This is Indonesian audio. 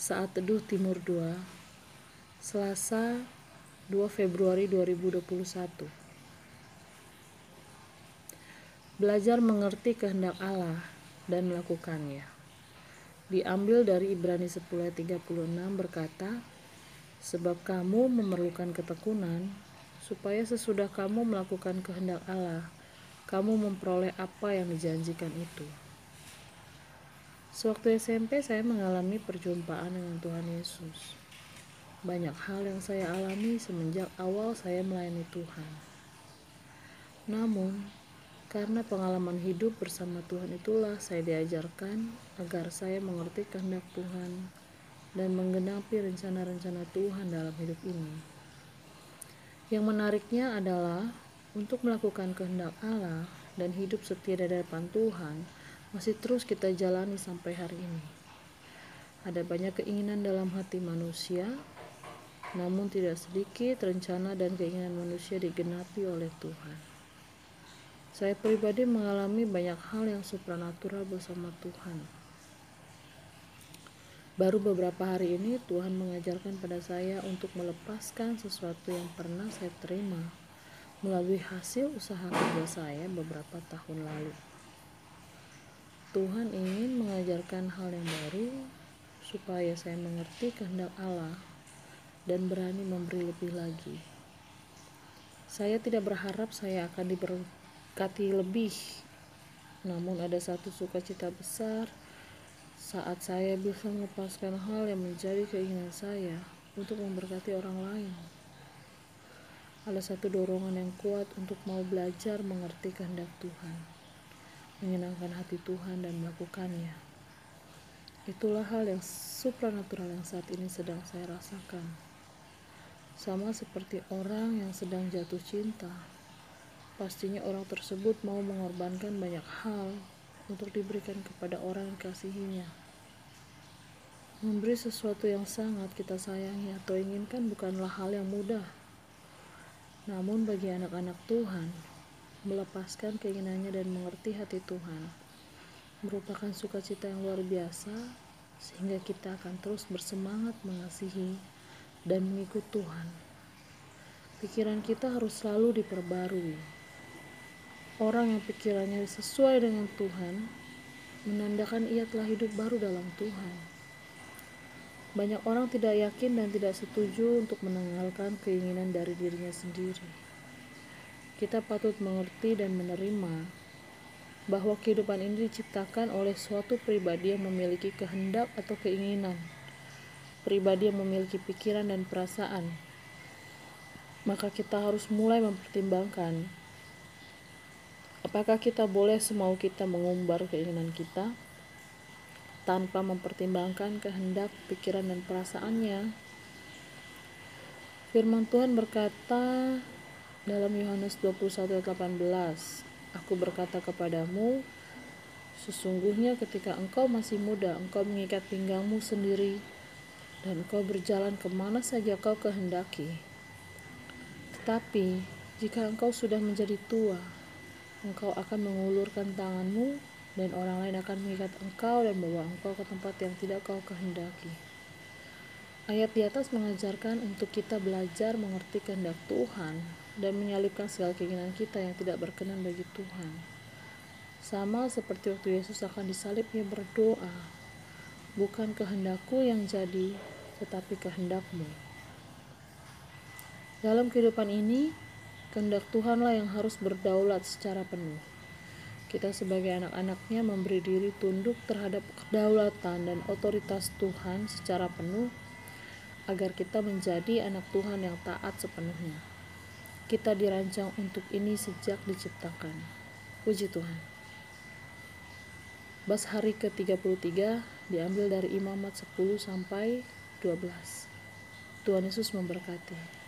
Saat Teduh Timur 2, Selasa 2 Februari 2021. Belajar mengerti kehendak Allah dan melakukannya. Diambil dari Ibrani 10 ayat 36 berkata, sebab kamu memerlukan ketekunan, supaya sesudah kamu melakukan kehendak Allah, kamu memperoleh apa yang dijanjikan itu. Sewaktu SMP saya mengalami perjumpaan dengan Tuhan Yesus. Banyak hal yang saya alami semenjak awal saya melayani Tuhan. Namun, karena pengalaman hidup bersama Tuhan itulah saya diajarkan agar saya mengerti kehendak Tuhan dan menggenapi rencana-rencana Tuhan dalam hidup ini. Yang menariknya adalah untuk melakukan kehendak Allah dan hidup setia di hadapan Tuhan masih terus kita jalani sampai hari ini. Ada banyak keinginan dalam hati manusia, namun tidak sedikit rencana dan keinginan manusia digenapi oleh Tuhan. Saya pribadi mengalami banyak hal yang supranatural bersama Tuhan. Baru beberapa hari ini Tuhan mengajarkan pada saya untuk melepaskan sesuatu yang pernah saya terima melalui hasil usaha kerja saya beberapa tahun lalu. Tuhan ingin mengajarkan hal yang baru supaya saya mengerti kehendak Allah dan berani memberi lebih lagi. Saya tidak berharap saya akan diberkati lebih, namun ada satu sukacita besar saat saya bisa melepaskan hal yang menjadi keinginan saya untuk memberkati orang lain. Ada satu dorongan yang kuat untuk mau belajar mengerti kehendak Tuhan, menyenangkan hati Tuhan dan melakukannya. Itulah hal yang supranatural yang saat ini sedang saya rasakan. Sama seperti orang yang sedang jatuh cinta, pastinya orang tersebut mau mengorbankan banyak hal untuk diberikan kepada orang yang dikasihinya. Memberi sesuatu yang sangat kita sayangi atau inginkan bukanlah hal yang mudah. Namun bagi anak-anak Tuhan, melepaskan keinginannya dan mengerti hati Tuhan merupakan sukacita yang luar biasa, sehingga kita akan terus bersemangat mengasihi dan mengikut Tuhan. Pikiran kita harus selalu diperbarui. Orang yang pikirannya sesuai dengan Tuhan menandakan ia telah hidup baru dalam Tuhan. Banyak orang tidak yakin dan tidak setuju untuk menanggalkan keinginan dari dirinya sendiri. Kita patut mengerti dan menerima bahwa kehidupan ini diciptakan oleh suatu pribadi yang memiliki kehendak atau keinginan, pribadi yang memiliki pikiran dan perasaan. Maka kita harus mulai mempertimbangkan apakah kita boleh semau kita mengumbar keinginan kita tanpa mempertimbangkan kehendak, pikiran, dan perasaannya. Firman Tuhan berkata dalam Yohanes 21 ayat 18, Aku berkata kepadamu, sesungguhnya ketika engkau masih muda, engkau mengikat pinggangmu sendiri, dan engkau berjalan kemana saja kau kehendaki. Tetapi jika engkau sudah menjadi tua, engkau akan mengulurkan tanganmu, dan orang lain akan mengikat engkau dan membawa engkau ke tempat yang tidak kau kehendaki. Ayat di atas mengajarkan untuk kita belajar mengerti kehendak Tuhan dan menyalipkan segala keinginan kita yang tidak berkenan bagi Tuhan. Sama seperti waktu Yesus akan disalibnya berdoa, bukan kehendakku yang jadi, tetapi kehendakmu. Dalam kehidupan ini, kehendak Tuhanlah yang harus berdaulat secara penuh. Kita sebagai anak-anaknya memberi diri tunduk terhadap kedaulatan dan otoritas Tuhan secara penuh, agar kita menjadi anak Tuhan yang taat sepenuhnya. Kita dirancang untuk ini sejak diciptakan. Puji Tuhan. Bas hari ke-33 diambil dari Imamat 10 sampai 12. Tuhan Yesus memberkati.